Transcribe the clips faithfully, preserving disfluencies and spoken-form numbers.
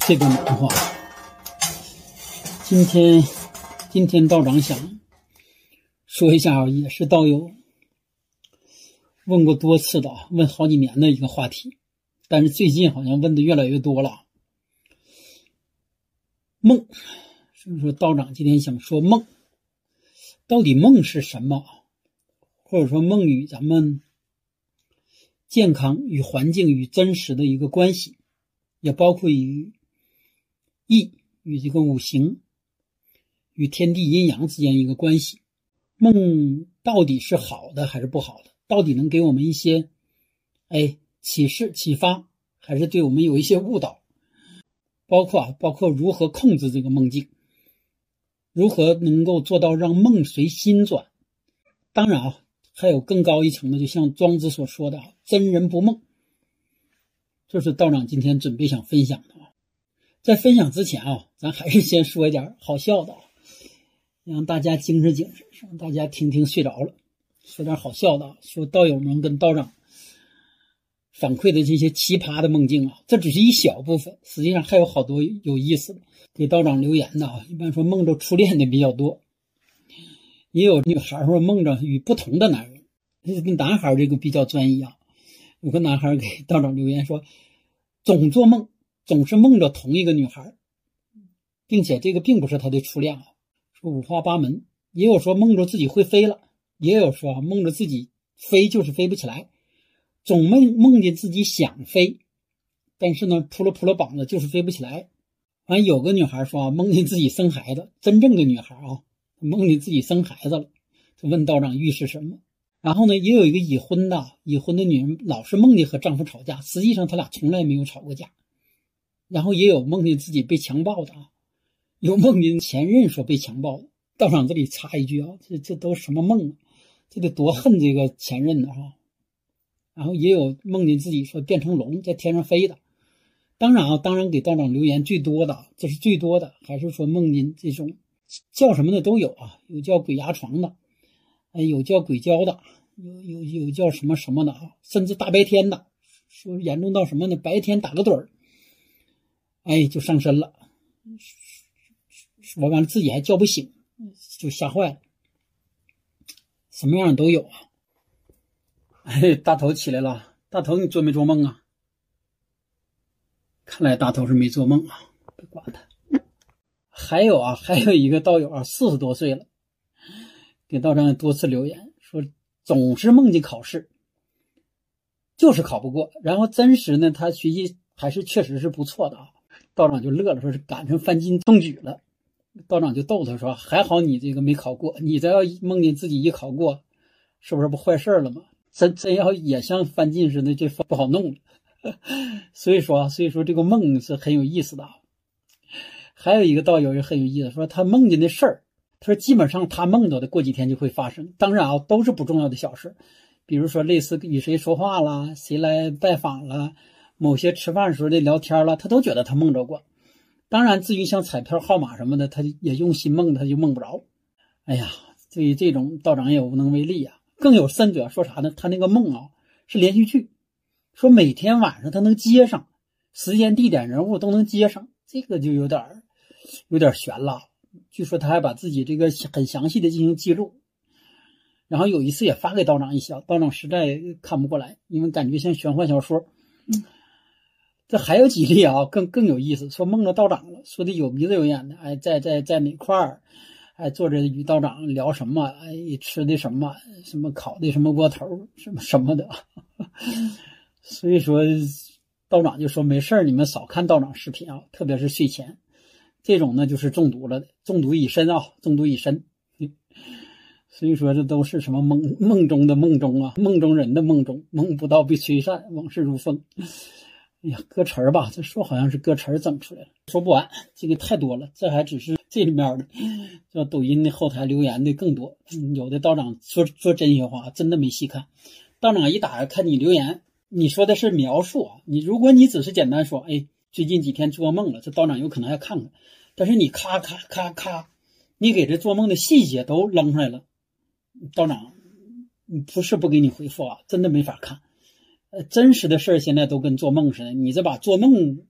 这个暖话。今天，今天道长想说一下，也是道友问过多次的，问好几年的一个话题，但是最近好像问的越来越多了。梦，所以说道长今天想说梦，到底梦是什么？或者说梦与咱们健康与环境与真实的一个关系，也包括与意与这个五行与天地阴阳之间一个关系。梦到底是好的还是不好的？到底能给我们一些哎启示启发，还是对我们有一些误导？包括啊，包括如何控制这个梦境，如何能够做到让梦随心转。当然啊，还有更高一层的，就像庄子所说的真人不梦，这是道长今天准备想分享的。在分享之前啊，咱还是先说一点好笑的，让大家精神精神，让大家听听睡着了。说点好笑的，说道友们跟道长反馈的这些奇葩的梦境啊，这只是一小部分，实际上还有好多有意思的。给道长留言的啊，一般说梦着初恋的比较多，也有女孩说梦着与不同的男人。这个男孩这个比较专一啊，有个男孩给道长留言说，总做梦，总是梦着同一个女孩，并且这个并不是他的初恋啊，说五花八门。也有说梦着自己会飞了，也有说梦着自己飞就是飞不起来，总梦梦见自己想飞，但是呢扑了扑了膀子就是飞不起来。完有个女孩说啊，梦见自己生孩子，真正的女孩啊，梦见自己生孩子了，就问道长预示什么。然后呢，也有一个已婚的已婚的女人，老是梦见和丈夫吵架，实际上她俩从来没有吵过架。然后也有梦见自己被强暴的啊，有梦见前任说被强暴的。道长这里插一句啊，这这都什么梦啊？这得多恨这个前任的啊！然后也有梦见自己说变成龙在天上飞的。当然啊，当然给道长留言最多的，这是最多的，还是说梦见这种叫什么的都有啊，有叫鬼压床的，有叫鬼叫的，有有有叫什么什么的啊，甚至大白天的，说严重到什么呢？白天打个盹儿，哎，就上身了，说完了自己还叫不醒，就吓坏了，什么样都有啊。哎，大头起来了，大头你做没做梦啊？看来大头是没做梦啊，别管他。还有啊，还有一个道友啊，四十多岁了，给道长多次留言说，总是梦见考试，就是考不过。然后真实呢，他学习还是确实是不错的啊。道长就乐了，说是赶上范进中举了。道长就逗他说，还好你这个没考过，你这要梦见自己一考过，是不是不坏事了吗？真真要也像范进似的，就不好弄了。所以说，所以说这个梦是很有意思的。还有一个道友也很有意思，说他梦见的事儿，他说基本上他梦到的过几天就会发生。当然啊，都是不重要的小事，比如说类似与谁说话啦，谁来拜访了，某些吃饭时候的聊天了，他都觉得他梦着过。当然，至于像彩票号码什么的，他也用心梦，他就梦不着。哎呀，对于这种道长也无能为力啊。更有甚者说啥呢？他那个梦啊是连续剧，说每天晚上他能接上，时间、地点、人物都能接上，这个就有点有点悬了。据说他还把自己这个很详细的进行记录，然后有一次也发给道长一小，道长实在看不过来，因为感觉像玄幻小说。嗯，这还有几例啊，更更有意思，说梦着道长了，说的有鼻子有眼的，哎，在在在哪块儿，哎，坐着与道长聊什么，哎，吃的什么，什么烤的什么窝头，什么什么的。所以说，道长就说没事儿，你们少看道长视频啊，特别是睡前，这种呢就是中毒了的，中毒已深啊，中毒已深。所以说这都是什么梦梦中的梦中啊，梦中人的梦中，梦不到被吹散，往事如风。哎呀，歌词儿吧，这说好像是歌词儿整出来了，说不完，这个太多了，这还只是这里面的，这抖音的后台留言的更多。嗯、有的道长说说真心话，真的没细看。道长一打开看你留言，你说的是描述啊，你如果你只是简单说，哎，最近几天做梦了，这道长有可能还看看。但是你咔咔咔咔，你给这做梦的细节都扔出来了，道长不是不给你回复啊，真的没法看。呃，真实的事儿现在都跟做梦似的，你这把做梦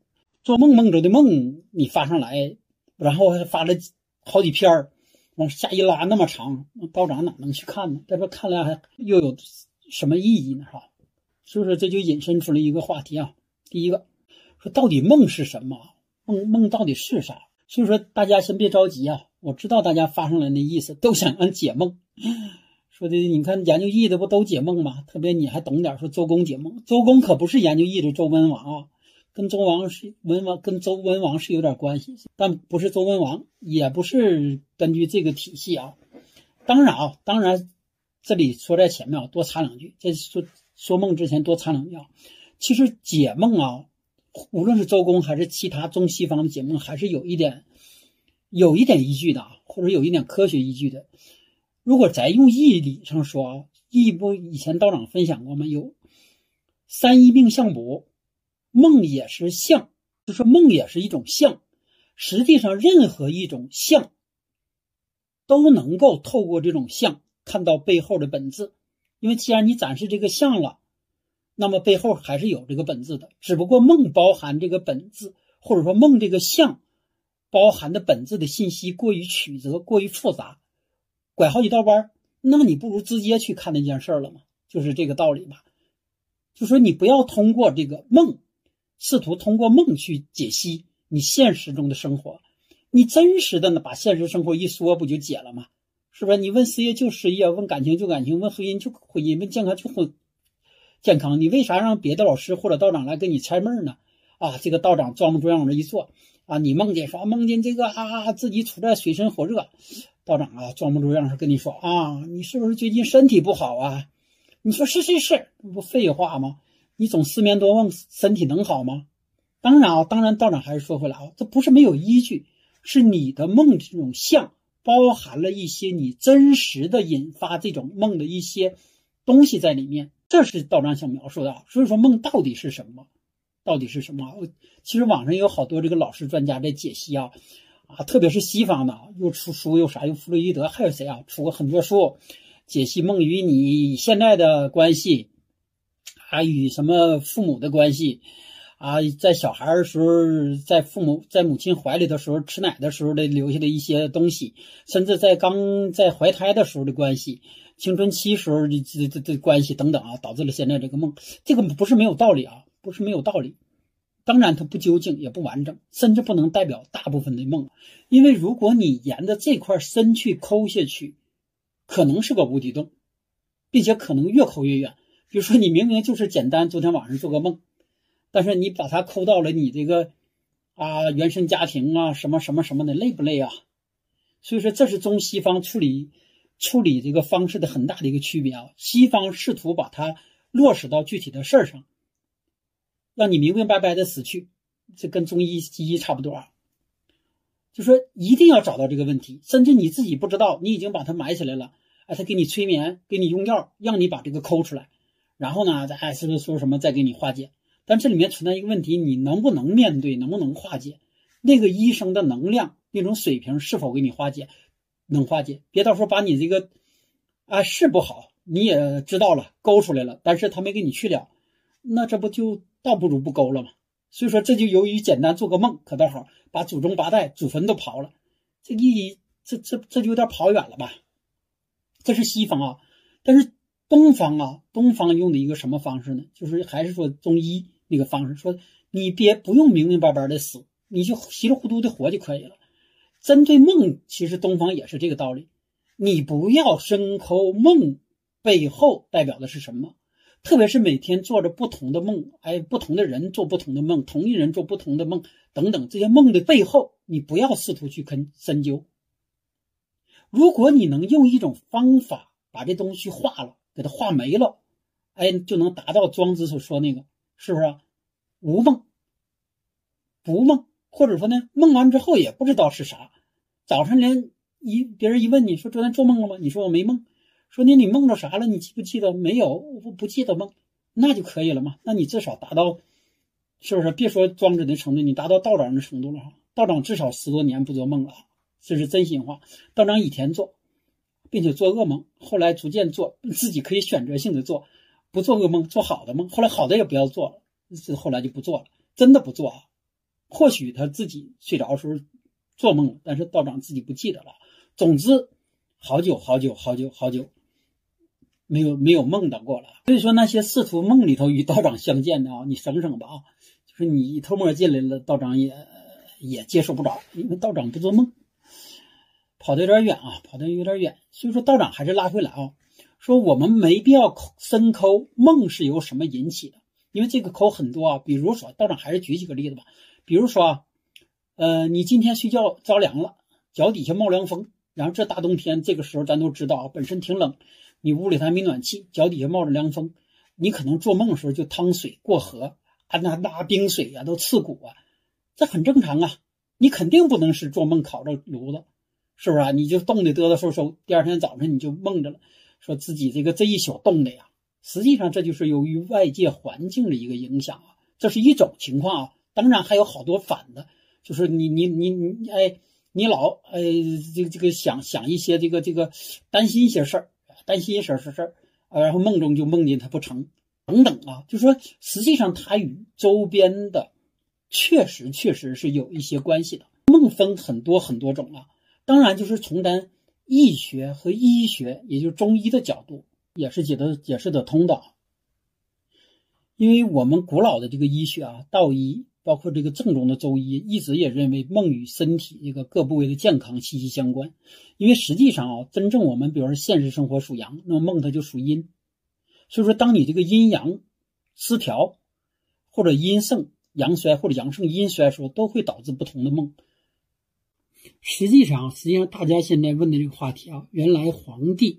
做梦梦着的梦你发上来，然后还发了好几篇儿，往下一拉那么长，道长哪能去看呢？在这看来还又有什么意义呢？哈，所以说这就引申出了一个话题啊。第一个，说到底梦是什么？梦梦到底是啥？所以说大家先别着急啊，我知道大家发上来的意思都想让解梦。说的你看研究易的不都解梦吗？特别你还懂点，说周公解梦，周公可不是研究易的周文王啊，跟周王是文王跟周文王是有点关系，但不是周文王，也不是根据这个体系啊。当然啊，当然这里说在前面啊，多插两句，在说说梦之前多插两句啊。其实解梦啊，无论是周公还是其他中西方的解梦，还是有一点有一点依据的啊，或者有一点科学依据的。如果咱用易理上说啊，易不以前道长分享过吗？有三一命相卜，梦也是相，就是梦也是一种相。实际上任何一种相都能够透过这种相看到背后的本质，因为既然你展示这个相了，那么背后还是有这个本质的，只不过梦包含这个本质，或者说梦这个相包含的本质的信息过于曲折，过于复杂，拐好几道弯，那你不如直接去看那件事了嘛，就是这个道理吧。就说你不要通过这个梦，试图通过梦去解析你现实中的生活，你真实的呢把现实生活一说不就解了吗？是不是？你问失业就失业，问感情就感情，问婚姻就婚姻，问健康就婚健康，你为啥让别的老师或者道长来给你猜梦呢？啊，这个道长装模作样的一做啊，你梦见说梦见这个啊自己处在水深火热，道长啊装模作样是跟你说啊，你是不是最近身体不好啊？你说是是是，不废话吗？你总失眠多梦，身体能好吗？当然啊，当然道长还是说回来啊，这不是没有依据，是你的梦这种相包含了一些你真实的引发这种梦的一些东西在里面，这是道长想描述的。所以说梦到底是什么？到底是什么？其实网上有好多这个老师专家在解析啊，啊，特别是西方的，又出书又啥，又弗洛伊德，还有谁啊，出过很多书解析梦与你现在的关系，啊，与什么父母的关系。啊，在小孩的时候，在父母在母亲怀里的时候吃奶的时候的留下的一些东西，甚至在刚在怀胎的时候的关系，青春期时候的这这这关系等等啊，导致了现在这个梦。这个不是没有道理啊，不是没有道理。当然它不究竟也不完整，甚至不能代表大部分的梦，因为如果你沿着这块深去抠下去，可能是个无底洞，并且可能越抠越远。比如说你明明就是简单昨天晚上做个梦，但是你把它抠到了你这个啊原生家庭啊什么什么什么的，累不累啊？所以说这是中西方处理处理这个方式的很大的一个区别啊。西方试图把它落实到具体的事儿上，让你明明白白的死去，这跟中医西医差不多啊。就说一定要找到这个问题，甚至你自己不知道，你已经把它埋起来了，哎，他给你催眠，给你用药，让你把这个抠出来，然后呢，再是不是说什么再给你化解？但这里面存在一个问题，你能不能面对，能不能化解？那个医生的能量那种水平是否给你化解？能化解？别到时候把你这个啊是不好，你也知道了，勾出来了，但是他没给你去了，那这不就倒不如不勾了吗？所以说这就由于简单做个梦可倒好，把祖宗八代祖坟都刨了，这意义这这这就有点跑远了吧？这是西方啊，但是东方啊，东方用的一个什么方式呢？就是还是说中医那个方式，说你别不用明明白白的死，你就稀里糊涂的活就可以了。针对梦，其实东方也是这个道理，你不要深抠梦背后代表的是什么，特别是每天做着不同的梦，哎，不同的人做不同的梦，同一人做不同的梦等等，这些梦的背后，你不要试图去深究。如果你能用一种方法把这东西化了，给它化没了，哎，就能达到庄子所说那个，是不是啊？无梦不梦，或者说呢，梦完之后也不知道是啥，早上连一别人一问你说昨天做梦了吗？你说我没梦，说你你梦着啥了？你记不记得？没有，我不记得梦，那就可以了嘛。那你至少达到，是不是？别说庄子的程度，你达到道长的程度了哈。道长至少十多年不做梦了，这是真心话。道长以前做，并且做噩梦，后来逐渐做，自己可以选择性的做，不做噩梦，做好的梦，后来好的也不要做了，后来就不做了，真的不做啊。 或许他自己睡着的时候做梦了，但是道长自己不记得了。总之，好久好久好久好久没有没有梦到过了。所以说那些试图梦里头与道长相见的啊，你省省吧啊！就是你偷摸进来了，道长也也接受不着，因为道长不做梦。跑得有点远啊，跑得有点远。所以说道长还是拉回来啊，说我们没必要深抠梦是由什么引起的，因为这个抠很多啊。比如说，道长还是举几个例子吧。比如说啊，呃，你今天睡觉着凉了，脚底下冒凉风，然后这大冬天这个时候咱都知道啊，本身挺冷，你屋里还没暖气，脚底下冒着凉风，你可能做梦的时候就趟水过河啊，那那冰水啊都刺骨啊，这很正常啊。你肯定不能是做梦烤着炉子，是不是啊？你就冻得嘚嘚嗖嗖，第二天早上你就梦着了，说自己这个这一宿冻的呀。实际上这就是由于外界环境的一个影响啊，这是一种情况啊。当然还有好多反的，就是你你你你哎，你老哎这个这个想想一些这个这个担心一些事儿，担心一些事儿啊，然后梦中就梦见它不成等等啊，就说实际上它与周边的确实确实是有一些关系的。梦分很多很多种啊，当然就是从咱易学和医学，也就是中医的角度，也是解得解释得通的。因为我们古老的这个医学啊，道医，包括这个正宗的周医，一直也认为梦与身体这个各部位的健康息息相关。因为实际上啊，真正我们比如说现实生活属阳，那么梦它就属阴。所以说当你这个阴阳失调，或者阴盛阳衰，或者阳盛阴衰的时候，都会导致不同的梦。实际上实际上大家现在问的这个话题啊，原来皇帝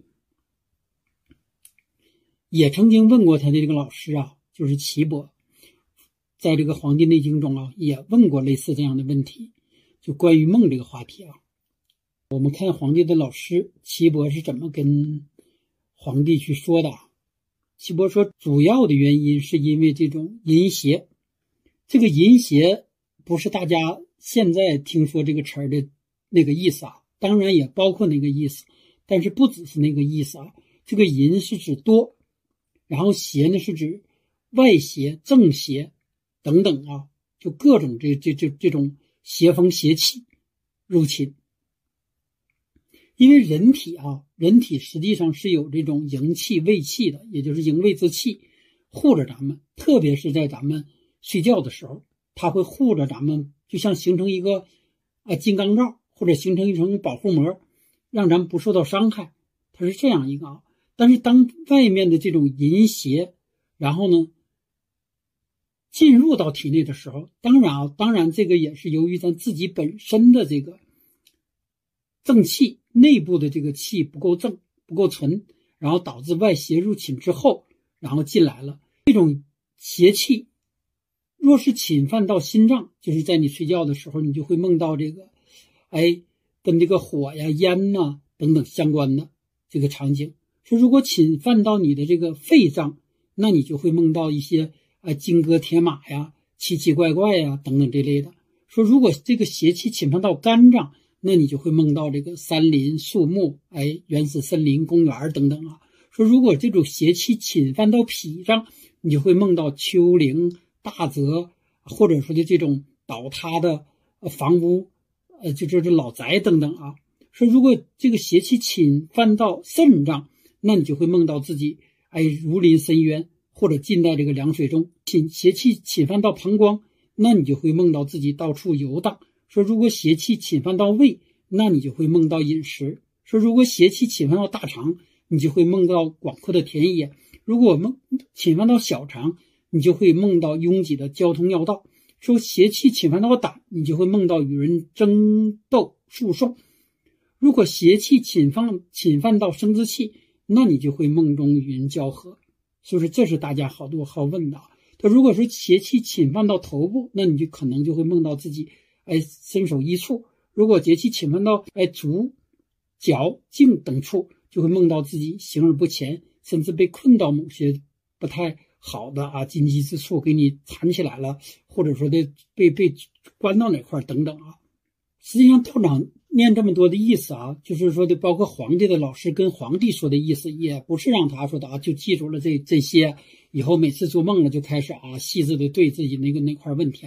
也曾经问过他的这个老师啊，就是岐伯，在这个《黄帝内经》中啊，也问过类似这样的问题，就关于梦这个话题啊。我们看皇帝的老师岐伯是怎么跟皇帝去说的。岐伯说，主要的原因是因为这种淫邪。这个淫邪不是大家现在听说这个词儿的那个意思啊，当然也包括那个意思，但是不只是那个意思啊。这个淫是指多，然后邪呢是指外邪、正邪等等啊，就各种这这这这种邪风邪气入侵。因为人体啊，人体实际上是有这种营气、卫气的，也就是营卫之气护着咱们，特别是在咱们睡觉的时候，它会护着咱们，就像形成一个啊金刚罩，或者形成一层保护膜，让咱们不受到伤害。它是这样一个啊。但是当外面的这种淫邪，然后呢进入到体内的时候，当然啊，当然这个也是由于咱自己本身的这个正气，内部的这个气不够正、不够纯，然后导致外邪入侵之后，然后进来了。这种邪气若是侵犯到心脏，就是在你睡觉的时候，你就会梦到这个哎跟这个火呀、烟呐、啊、等等相关的这个场景。说如果侵犯到你的这个肺脏，那你就会梦到一些啊金戈铁马呀、奇奇怪怪呀等等这类的。说如果这个邪气侵犯到肝脏，那你就会梦到这个山林树木，哎，原始森林公园等等啊。说如果这种邪气侵犯到脾脏，你就会梦到丘陵、大泽，或者说的这种倒塌的房屋，呃，就这这老宅等等啊。说如果这个邪气侵犯到肾脏，那你就会梦到自己哎如临深渊，或者浸在这个凉水中。侵邪气侵犯到膀胱，那你就会梦到自己到处游荡。说如果邪气侵犯到胃，那你就会梦到饮食。说如果邪气侵犯到大肠，你就会梦到广阔的田野。如果梦侵犯到小肠，你就会梦到拥挤的交通要道。说邪气侵犯到胆，你就会梦到与人争斗诉讼。如果邪气侵犯侵犯到生殖器，那你就会梦中与人交合。所以说这是大家好多好问的。他如果说邪气侵犯到头部，那你就可能就会梦到自己哎身首异处。如果邪气侵犯到哎足、脚、颈等处，就会梦到自己行而不前，甚至被困到某些不太好的啊禁忌之处，给你缠起来了，或者说的被被关到哪块等等啊。实际上道长念这么多的意思啊，就是说的包括皇帝的老师跟皇帝说的意思，也不是让他说的啊就记住了这这些，以后每次做梦了就开始啊细致的对自己那个那块问题啊。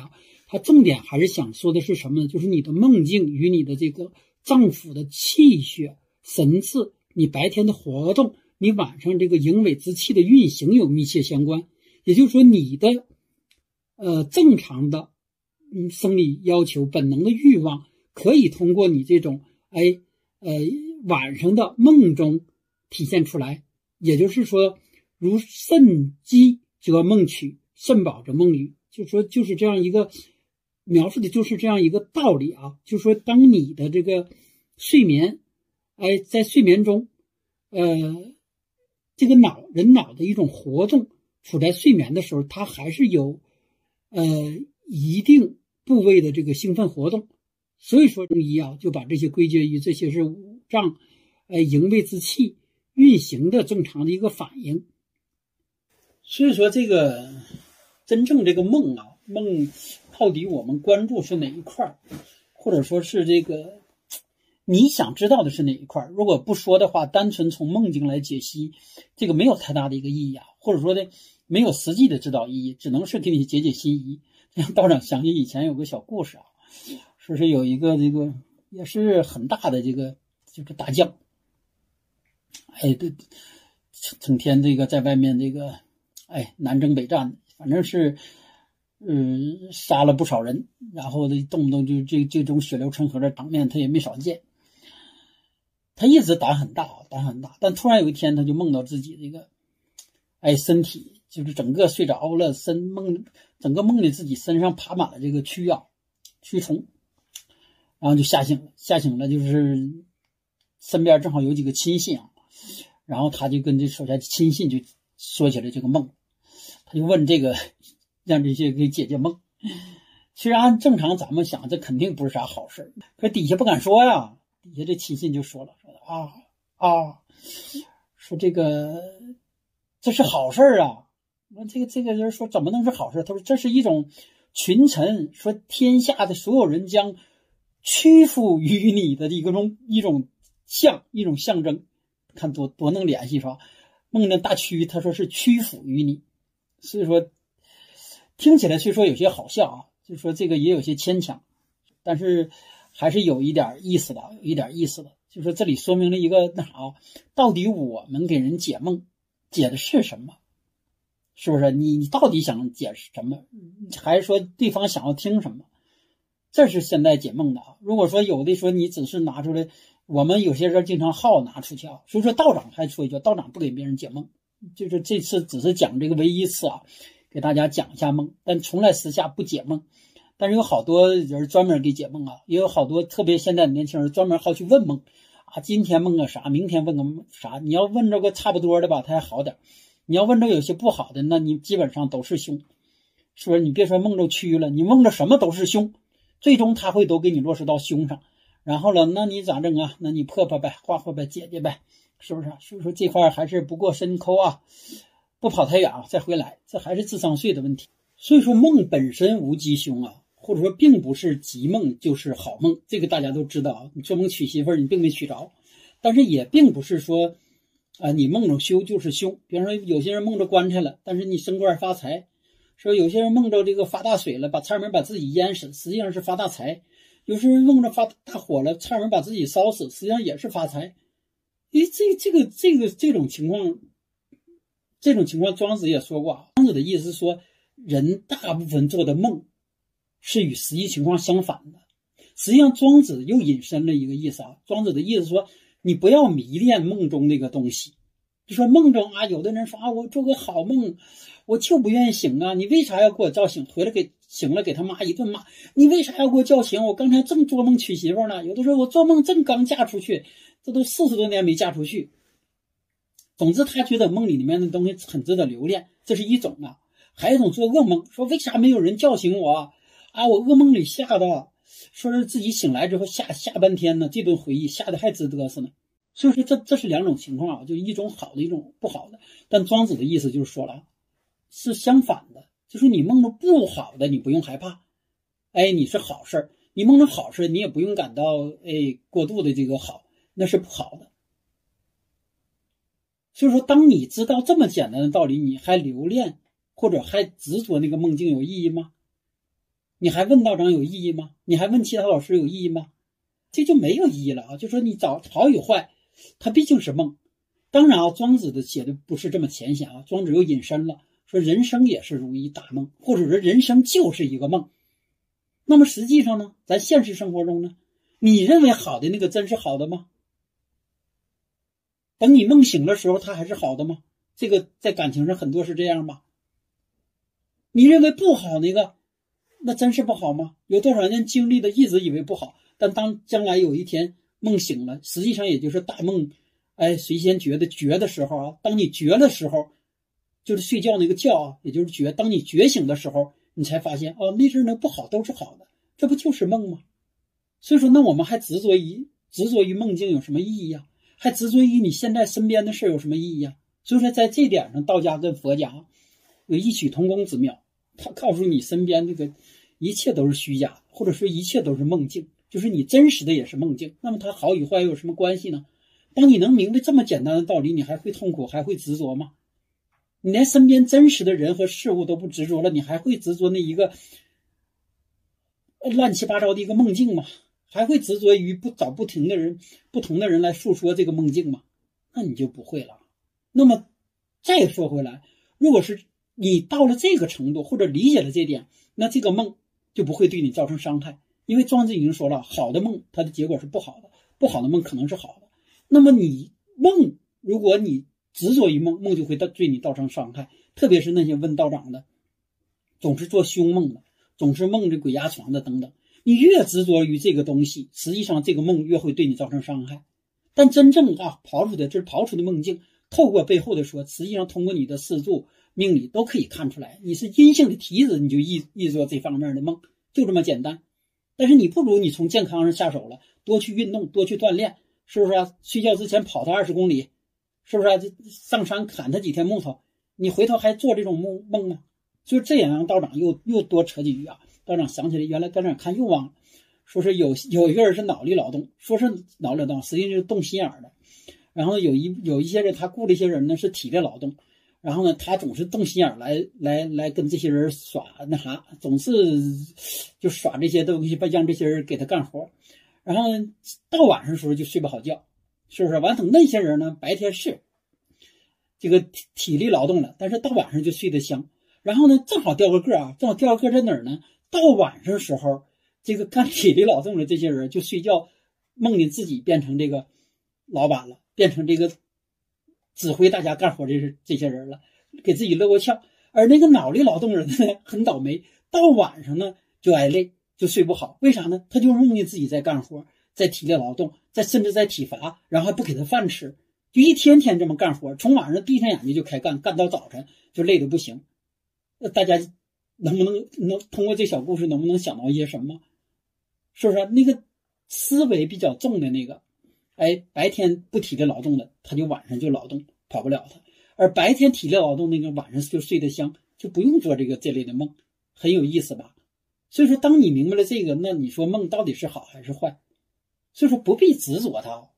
他重点还是想说的是什么呢？就是你的梦境与你的这个脏腑的气血、神志，你白天的活动，你晚上这个营卫之气的运行有密切相关。也就是说，你的呃正常的嗯生理要求、本能的欲望，可以通过你这种哎呃晚上的梦中体现出来。也就是说，如肾饥则梦取，肾饱则梦语，就是说就是这样一个描述的，就是这样一个道理啊。就是说，当你的这个睡眠，哎，在睡眠中，呃，这个脑人脑的一种活动，处在睡眠的时候，它还是有呃一定部位的这个兴奋活动。所以说中医啊，就把这些归结于这些是五脏，呃，营卫之气运行的正常的一个反应。所以说，这个真正这个梦啊，梦到底我们关注是哪一块，或者说是这个你想知道的是哪一块？如果不说的话，单纯从梦境来解析，这个没有太大的一个意义啊，或者说的没有实际的指导意义，只能是给你解解心疑。像道长想起以前有个小故事啊，说是有一个这个也是很大的这个就是大将，哎，对，整天这个在外面这个哎南征北战，反正是嗯杀了不少人，然后呢动不动就这这种血流成河的场面他也没少见。他一直胆很大，胆很大，但突然有一天他就梦到自己这个哎身体就是整个睡着了，身梦整个梦里自己身上爬满了这个蛆啊蛆虫，然后就吓醒了，吓醒了就是身边正好有几个亲信啊，然后他就跟这手下亲信就说起了这个梦，他就问这个让这些给解解梦。其实按正常咱们想，这肯定不是啥好事，可底下不敢说呀，底下这亲信就说了，说啊啊，说这个这是好事啊。那这个这个人说怎么能是好事？他说这是一种群臣，说天下的所有人将屈服于你的一种一种象一种象征，看多多能联系是吧？梦见大蛆，他说是屈服于你，所以说听起来虽说有些好笑啊，就说这个也有些牵强，但是还是有一点意思的，有一点意思的，就说这里说明了一个那啥，到底我们给人解梦解的是什么？是不是你你到底想解释什么，还是说对方想要听什么？这是现在解梦的啊。如果说有的说你只是拿出来，我们有些人经常好拿出去啊，所以说道长还说一句，道长不给别人解梦，就是这次只是讲这个唯一一次啊，给大家讲一下梦，但从来私下不解梦。但是有好多人专门给解梦啊，也有好多特别现在的年轻人专门好去问梦啊，今天问个啥，明天问个啥，你要问着个差不多的吧，他还好点。你要问着有些不好的，那你基本上都是凶，是不是？你别说梦着蛆了，你梦着什么都是凶，最终他会都给你落实到凶上。然后了，那你咋整啊？那你破破呗，化化呗，解解呗，是不是？所以说这块还是不过深抠啊，不跑太远啊，再回来，这还是智商税的问题。所以说梦本身无吉凶啊，或者说并不是吉梦就是好梦，这个大家都知道啊。你做梦娶媳妇儿，你并没娶着，但是也并不是说。啊，你梦着凶就是凶，比方说有些人梦着棺材了，但是你升官发财；说有些人梦着这个发大水了，把差点把自己淹死，实际上是发大财；有些人梦着发大火了，差点把自己烧死，实际上也是发财。诶，这这个这个这种情况，这种情况庄子也说过，庄子的意思是说，人大部分做的梦是与实际情况相反的。实际上，庄子又引申了一个意思啊，庄子的意思说。你不要迷恋梦中那个东西，就说梦中啊，有的人说啊，我做个好梦，我就不愿意醒啊，你为啥要给我叫醒？回来给醒了，给他妈一顿骂，你为啥要给我叫醒？我刚才正做梦娶媳妇呢，有的时候我做梦正刚嫁出去，这都四十多年没嫁出去。总之，他觉得梦里里面的东西很值得留恋，这是一种啊。还有一种做噩梦，说为啥没有人叫醒我啊？我噩梦里吓的。说是自己醒来之后吓吓半天呢，这顿回忆吓得还直嘚瑟呢。所以说这这是两种情况啊，就一种好的，一种不好的。但庄子的意思就是说了，是相反的，就是你梦着不好的，你不用害怕，哎，你是好事；你梦着好事，你也不用感到哎过度的这个好，那是不好的。所以说，当你知道这么简单的道理，你还留恋或者还执着那个梦境有意义吗？ 你还问道长有意义吗？你还问其他老师有意义吗？这就没有意义了啊！就说你找好与坏，它毕竟是梦。当然啊，庄子的写的不是这么浅显啊，庄子又引申了，说人生也是如一大梦，或者说人生就是一个梦。那么实际上呢，咱现实生活中呢，你认为好的那个真是好的吗？等你梦醒的时候，它还是好的吗？这个在感情上很多是这样吧？你认为不好那个，那真是不好吗？有多少人经历的一直以为不好，但当将来有一天梦醒了，实际上也就是大梦，哎，谁先觉得觉的时候啊，当你觉的时候，就是睡觉那个觉啊，也就是觉，当你觉醒的时候，你才发现哦，那阵那不好都是好的，这不就是梦吗？所以说，那我们还执着于执着于梦境有什么意义呀？还执着于你现在身边的事有什么意义呀？所以说，在这点上，道家跟佛家有异曲同工之妙。他告诉你，身边这个一切都是虚假，或者说一切都是梦境，就是你真实的也是梦境。那么它好与坏有什么关系呢？当你能明白这么简单的道理，你还会痛苦，还会执着吗？你连身边真实的人和事物都不执着了，你还会执着那一个乱七八糟的一个梦境吗？还会执着于不找不停的人不同的人来诉说这个梦境吗？那你就不会了。那么再说回来，如果是你到了这个程度，或者理解了这点，那这个梦就不会对你造成伤害。因为庄子已经说了，好的梦它的结果是不好的，不好的梦可能是好的。那么你梦，如果你执着于梦，梦就会对你造成伤害。特别是那些问道长的，总是做凶梦的，总是梦着鬼压床的等等，你越执着于这个东西，实际上这个梦越会对你造成伤害。但真正啊刨出的，这是刨出的梦境，透过背后的说，实际上通过你的四柱命理都可以看出来，你是阴性的体质，你就易易做这方面的梦，就这么简单。但是你不如你从健康上下手了，多去运动，多去锻炼，是不是啊？睡觉之前跑他二十公里，是不是啊？上山砍他几天木头，你回头还做这种梦梦呢？就这样让道长又又多扯几句啊。道长想起来，原来在那看又忘了，说是有有一个人是脑力劳动，说是脑力劳动，实际上就是动心眼的。然后有一有一些人，他雇了一些人呢是体力劳动。然后呢，他总是动心眼来来来跟这些人耍那啥，总是就耍这些东西，让这些人给他干活。然后到晚上的时候就睡不好觉，是不是？完等那些人呢，白天是这个体体力劳动了，但是到晚上就睡得香。然后呢，正好掉个个啊，正好掉个个在哪儿呢？到晚上的时候，这个干体力劳动的这些人就睡觉，梦见自己变成这个老板了，变成这个指挥大家干活这是这些人了，给自己乐过窍。而那个脑力劳动人呢，很倒霉，到晚上呢就挨累，就睡不好。为啥呢？他就梦见自己在干活，在体力劳动，在甚至在体罚，然后还不给他饭吃，就一天天这么干活，从晚上闭上眼睛就开干，干到早晨就累得不行。那大家能不能能通过这小故事能不能想到一些什么？是不是、啊、那个思维比较重的那个？哎，白天不体力劳动的，他就晚上就劳动，跑不了他；而白天体力劳动那个，晚上就睡得香，就不用做这个这类的梦，很有意思吧？所以说，当你明白了这个，那你说梦到底是好还是坏？所以说不必执着它。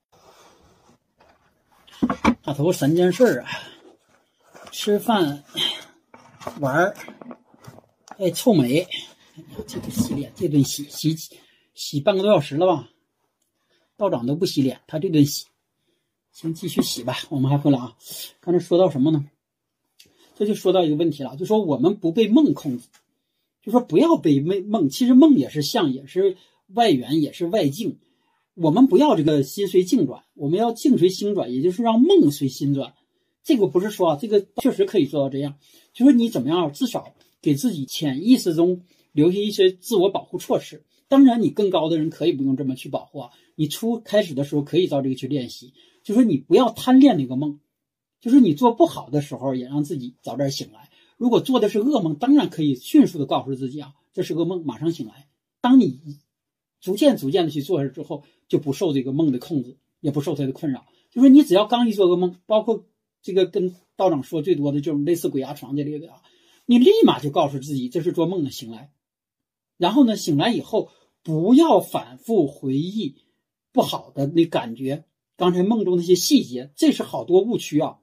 大头三件事啊：吃饭、玩、哎臭美。这个洗脸，这顿洗洗洗半个多小时了吧？道长都不洗脸，他这顿洗，先继续洗吧。我们还回来啊，刚才说到什么呢？这就说到一个问题了，就说我们不被梦控制，就说不要被梦。其实梦也是相，也是外缘，也是外境。我们不要这个心随境转，我们要境随心转，也就是让梦随心转。这个不是说啊，这个确实可以做到这样。就说你怎么样，至少给自己潜意识中留下一些自我保护措施。当然你更高的人可以不用这么去保护啊，你初开始的时候可以照这个去练习，就说你不要贪恋那个梦，就是你做不好的时候也让自己早点醒来。如果做的是噩梦，当然可以迅速的告诉自己啊，这是个梦，马上醒来。当你逐渐逐渐的去做之后，就不受这个梦的控制，也不受它的困扰。就说你只要刚一做个梦，包括这个跟道长说最多的就是类似鬼压床这类的啊，你立马就告诉自己这是做梦的，醒来。然后呢，醒来以后不要反复回忆不好的那感觉，刚才梦中那些细节，这是好多误区啊。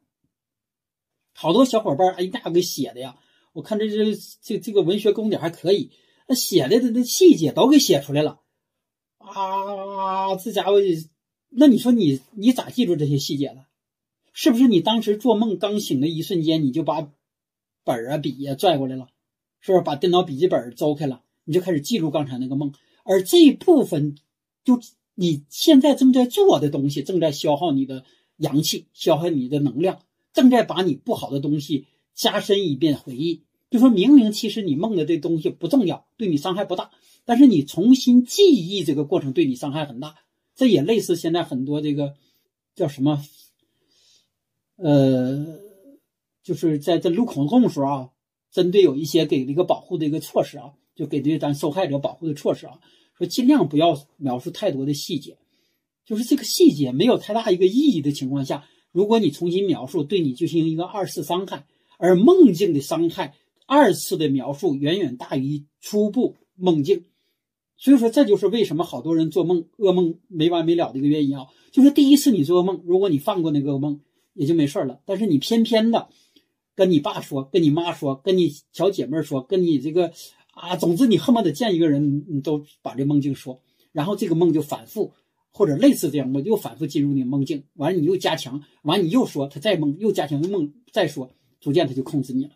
好多小伙伴哎呀给写的呀，我看这这这这个文学功底还可以， 那写的那细节都给写出来了啊！这家伙，那你说你你咋记住这些细节了？是不是你当时做梦刚醒的一瞬间，你就把本啊笔啊拽过来了，是不是把电脑笔记本周开了，你就开始记录刚才那个梦？而这一部分就你现在正在做的东西，正在消耗你的阳气，消耗你的能量，正在把你不好的东西加深一遍回忆。就说明明其实你梦的这东西不重要，对你伤害不大，但是你重新记忆这个过程对你伤害很大。这也类似现在很多这个叫什么呃，就是在这录口供的时候啊，针对有一些给这个保护的一个措施啊，就给对咱受害者保护的措施啊，说尽量不要描述太多的细节，就是这个细节没有太大一个意义的情况下，如果你重新描述，对你进行一个二次伤害，而梦境的伤害二次的描述远远大于初步梦境。所以说这就是为什么好多人做梦噩梦没完没了的一个原因啊，就是第一次你做噩梦，如果你放过那个噩梦也就没事了，但是你偏偏的跟你爸说，跟你妈说，跟你小姐妹说，跟你这个啊，总之你恨不得见一个人你都把这梦境说，然后这个梦就反复或者类似这样，我又反复进入你梦境，完了你又加强，完了你又说他再梦，又加强梦再说，逐渐他就控制你了。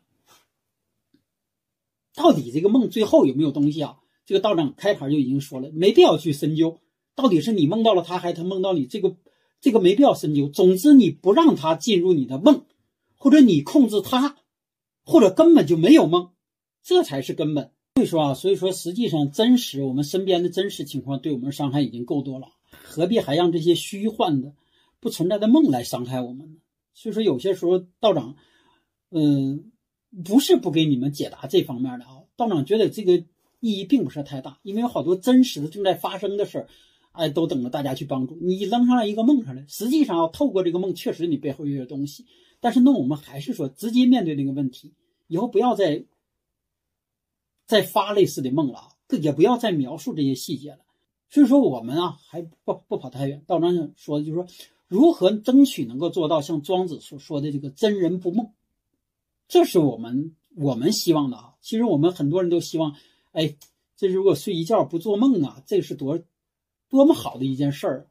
到底这个梦最后有没有东西啊？这个道长开盘就已经说了，没必要去深究，到底是你梦到了他，还是他梦到你，这个这个没必要深究。总之你不让他进入你的梦，或者你控制他，或者根本就没有梦，这才是根本。所以说啊，所以说实际上真实我们身边的真实情况对我们伤害已经够多了，何必还让这些虚幻的不存在的梦来伤害我们呢？所以说有些时候道长嗯、呃，不是不给你们解答这方面的啊，道长觉得这个意义并不是太大，因为有好多真实的正在发生的事儿，哎，都等着大家去帮助。你扔上来一个梦上来，实际上透过这个梦，确实你背后有些东西，但是呢，我们还是说直接面对这个问题，以后不要再再发类似的梦了啊，也不要再描述这些细节了。所以说我们啊，还不不跑太远。道长想说的就是说，如何争取能够做到像庄子所说的这个真人不梦，这是我们我们希望的啊。其实我们很多人都希望，哎，这如果睡一觉不做梦啊，这是多多么好的一件事儿。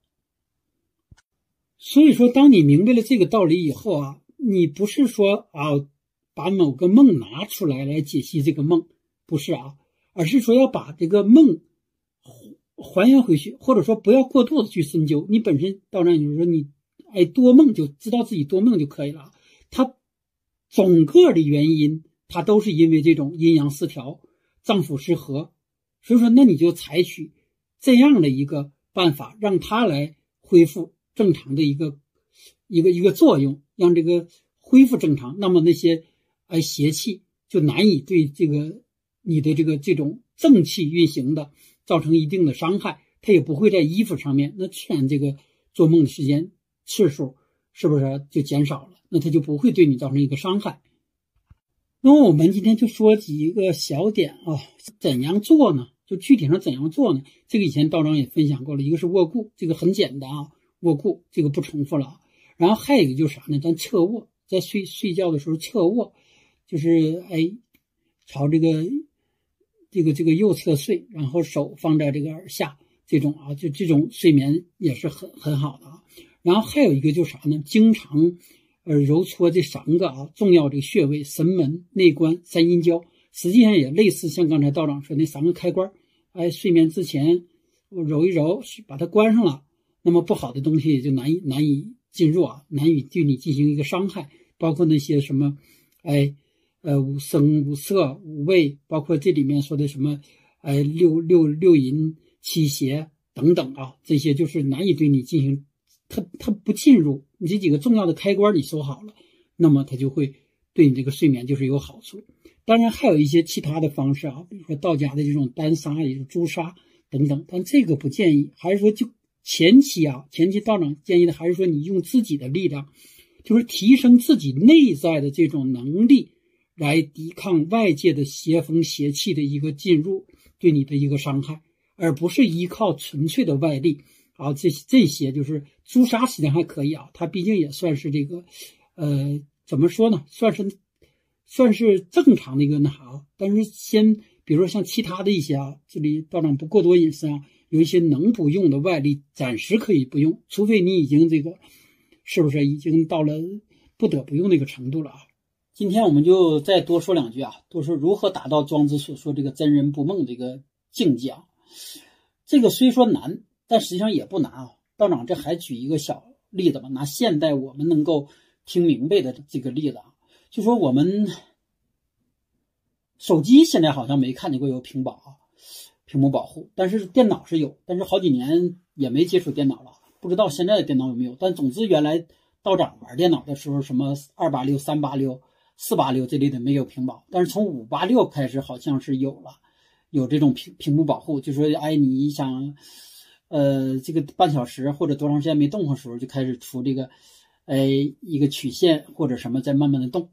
所以说，当你明白了这个道理以后啊，你不是说啊把某个梦拿出来来解析这个梦，不是啊，而是说要把这个梦还原回去，或者说不要过度的去深究。你本身道长就是说你哎多梦就知道自己多梦就可以了。它整个的原因，它都是因为这种阴阳失调、脏腑失和。所以说，那你就采取这样的一个办法，让它来恢复正常的一个一个一个作用，让这个恢复正常。那么那些哎邪气就难以对这个你的这个这种正气运行的造成一定的伤害，它也不会在衣服上面。那自然这个做梦的时间次数是不是就减少了？那它就不会对你造成一个伤害。那么我们今天就说几个小点啊，怎样做呢？就具体上怎样做呢？这个以前道长也分享过了，一个是卧固，这个很简单啊，卧固这个不重复了啊。然后还有一个就是啥呢？咱侧卧，在睡睡觉的时候侧卧，就是哎朝这个这个这个右侧睡，然后手放在这个耳下，这种啊，就这种睡眠也是很很好的啊。然后还有一个就是啥呢？经常呃揉搓这三个啊重要的穴位：神门、内关、三阴交。实际上也类似像刚才道长说那三个开关，哎，睡眠之前揉一揉，把它关上了，那么不好的东西也就难以难以进入啊，难以对你进行一个伤害。包括那些什么，哎，呃，五声、五色、五味，包括这里面说的什么，哎，六六六淫、七邪等等啊，这些就是难以对你进行，它它不进入。你这几个重要的开关你收好了，那么它就会对你这个睡眠就是有好处。当然还有一些其他的方式啊，比如说道家的这种丹砂、也就是朱砂等等，但这个不建议。还是说就前期啊，前期道长建议的还是说你用自己的力量，就是提升自己内在的这种能力，来抵抗外界的邪风邪气的一个进入对你的一个伤害，而不是依靠纯粹的外力啊。这这些就是朱砂实际上还可以啊，它毕竟也算是这个呃怎么说呢，算是算是正常的一个那啥，但是先比如说像其他的一些啊，这里道长不过多隐私啊，有一些能不用的外力，暂时可以不用，除非你已经这个是不是已经到了不得不用那个程度了啊。今天我们就再多说两句啊，多说如何达到庄子所说这个真人不梦这个境界啊。这个虽说难，但实际上也不难啊。道长这还举一个小例子吧，拿现代我们能够听明白的这个例子啊，就说我们手机现在好像没看见过有屏保啊，屏幕保护，但是电脑是有，但是好几年也没接触电脑了，不知道现在的电脑有没有。但总之原来道长玩电脑的时候，什么二八六、三八六、四八六这类的没有屏保，但是从五八六开始好像是有了，有这种屏屏幕保护，就说哎你想呃这个半小时或者多长时间没动的时候，就开始出这个哎一个曲线或者什么在慢慢的动。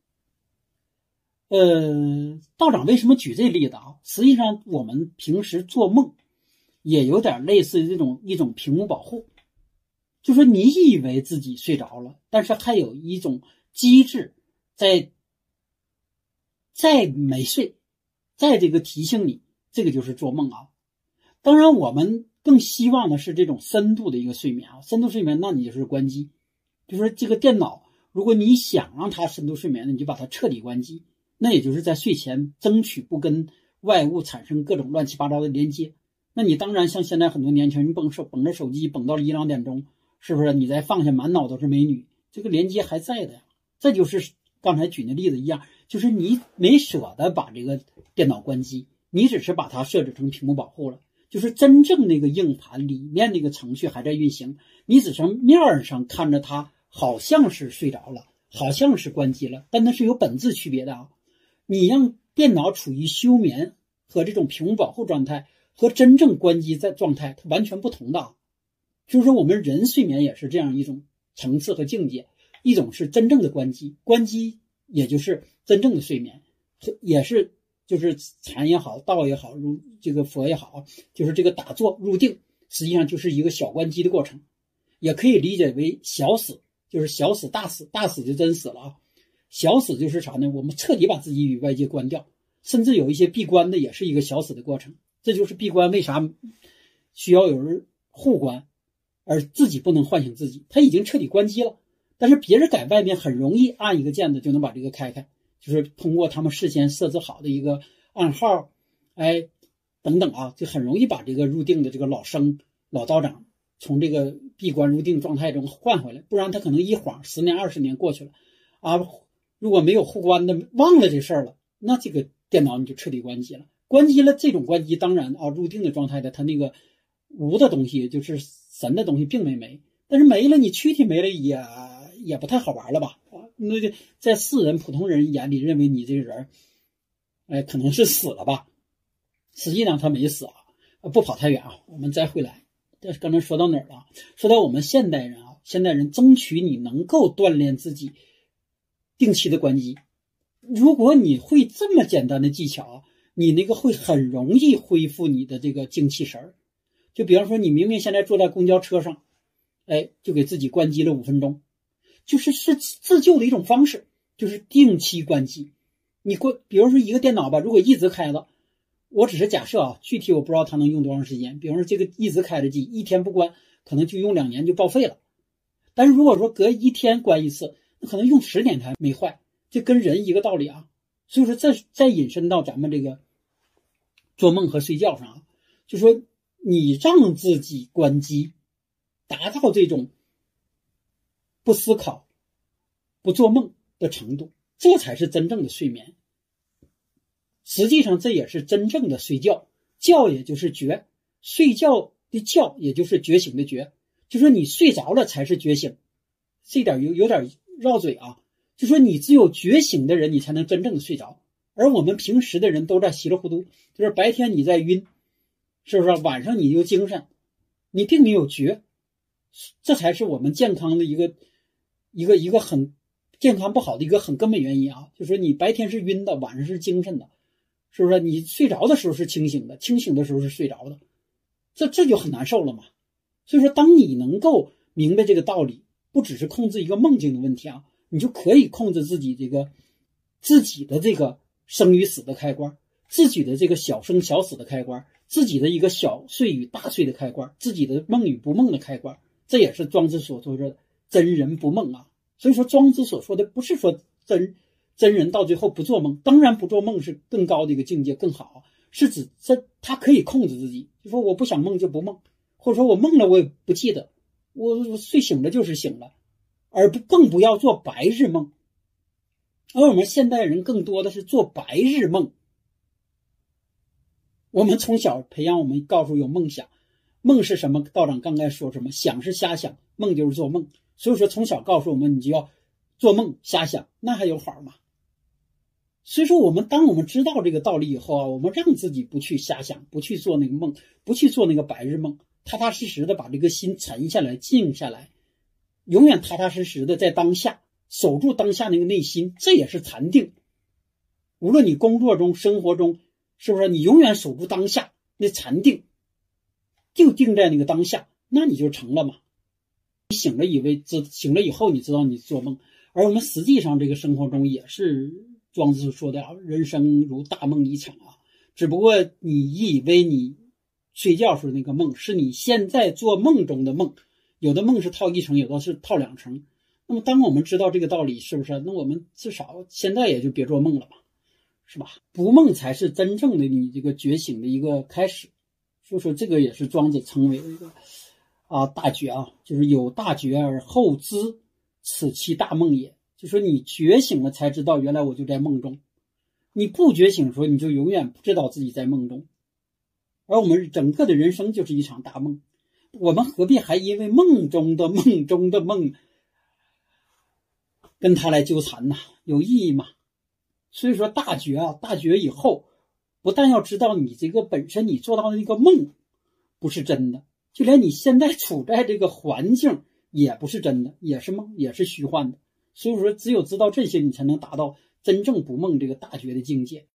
呃，道长为什么举这例子啊？实际上我们平时做梦也有点类似这种一种屏幕保护，就说你以为自己睡着了，但是还有一种机制在在没睡，在这个提醒你，这个就是做梦啊。当然我们更希望的是这种深度的一个睡眠啊，深度睡眠那你就是关机，就说这个电脑如果你想让它深度睡眠，你就把它彻底关机，那也就是在睡前争取不跟外物产生各种乱七八糟的连接。那你当然像现在很多年轻人绷手绷着手机绷到一两点钟，是不是你再放下满脑都是美女，这个连接还在的呀。这就是刚才举的例子一样，就是你没舍得把这个电脑关机，你只是把它设置成屏幕保护了，就是真正那个硬盘里面那个程序还在运行，你只是面上看着它好像是睡着了，好像是关机了，但那是有本质区别的啊。你让电脑处于休眠和这种屏幕保护状态和真正关机在状态它完全不同的。就是说我们人睡眠也是这样一种层次和境界，一种是真正的关机，关机也就是真正的睡眠，也是就是禅也好道也好入这个佛也好，就是这个打坐入定实际上就是一个小关机的过程，也可以理解为小死，就是小死大死，大死就真死了啊。小死就是啥呢？我们彻底把自己与外界关掉，甚至有一些闭关的也是一个小死的过程。这就是闭关为啥需要有人护关，而自己不能唤醒自己，他已经彻底关机了，但是别人在外面很容易按一个键子就能把这个开开，就是通过他们事先设置好的一个暗号，哎等等啊，就很容易把这个入定的这个老生老道长从这个闭关入定状态中换回来，不然他可能一晃十年二十年过去了啊。如果没有护关的忘了这事儿了，那这个电脑你就彻底关机了。关机了，这种关机当然啊，入定的状态的，它那个无的东西就是神的东西并没没，但是没了，你躯体没了也也不太好玩了吧？啊，那就在世人普通人眼里认为你这个人，哎，可能是死了吧？实际上他没死啊，不跑太远啊。我们再回来，这刚才说到哪儿了？说到我们现代人啊，现代人争取你能够锻炼自己。定期的关机，如果你会这么简单的技巧，你那个会很容易恢复你的这个精气神儿。就比方说，你明明现在坐在公交车上，哎，就给自己关机了五分钟，就是是自救的一种方式，就是定期关机。你关，比如说一个电脑吧，如果一直开着，我只是假设啊，具体我不知道它能用多长时间。比方说这个一直开着机，一天不关，可能就用两年就报废了。但是如果说隔一天关一次，可能用十年才没坏，这跟人一个道理啊。所以说再再引申到咱们这个做梦和睡觉上啊，就说你让自己关机，达到这种不思考不做梦的程度，这才是真正的睡眠。实际上这也是真正的睡觉，觉也就是觉，睡觉的觉也就是觉醒的觉，就说你睡着了才是觉醒。这点有有点绕嘴啊，就说你只有觉醒的人你才能真正的睡着，而我们平时的人都在稀里糊涂，就是白天你在晕，是不是？晚上你又精神，你并没有觉，这才是我们健康的一个一个一个很健康不好的一个很根本原因啊。就说你白天是晕的，晚上是精神的，是不是？你睡着的时候是清醒的，清醒的时候是睡着的，这这就很难受了嘛。所以说当你能够明白这个道理，不只是控制一个梦境的问题啊，你就可以控制自己这个自己的这个生与死的开关， 自己的这个小生小死的开关，自己的一个小睡与大睡的开关，自己的梦与不梦的开关，这也是庄子所说的真人不梦啊。所以说庄子所说的不是说真真人到最后不做梦，当然不做梦是更高的一个境界更好，是指这他可以控制自己，就说我不想梦就不梦，或者说我梦了我也不记得，我我睡醒了就是醒了，而不更不要做白日梦。而我们现代人更多的是做白日梦。我们从小培养我们告诉有梦想，梦是什么？道长刚才说什么？想是瞎想，梦就是做梦。所以说从小告诉我们你就要做梦瞎想，那还有好吗？所以说我们当我们知道这个道理以后啊，我们让自己不去瞎想，不去做那个梦，不去做那个白日梦，踏踏实实的把这个心沉下来静下来，永远踏踏实实的在当下守住当下那个内心，这也是禅定。无论你工作中生活中是不是你永远守住当下那禅定，就定在那个当下，那你就成了嘛。你醒了以为醒了以后你知道你做梦，而我们实际上这个生活中也是庄子说的人生如大梦一场啊，只不过你以为你睡觉时候那个梦是你现在做梦中的梦，有的梦是套一层，有的是套两层。那么当我们知道这个道理，是不是那我们至少现在也就别做梦了吧，是吧？不梦才是真正的你这个觉醒的一个开始。所以说这个也是庄子称为一个啊大觉啊，就是有大觉而后知，此其大梦也。就说你觉醒了才知道原来我就在梦中，你不觉醒的时候你就永远不知道自己在梦中。而我们整个的人生就是一场大梦，我们何必还因为梦中的梦中的梦跟他来纠缠呢？有意义吗？所以说大觉啊，大觉以后不但要知道你这个本身你做到的那个梦不是真的，就连你现在处在这个环境也不是真的，也是梦，也是虚幻的。所以说只有知道这些，你才能达到真正不梦这个大觉的境界。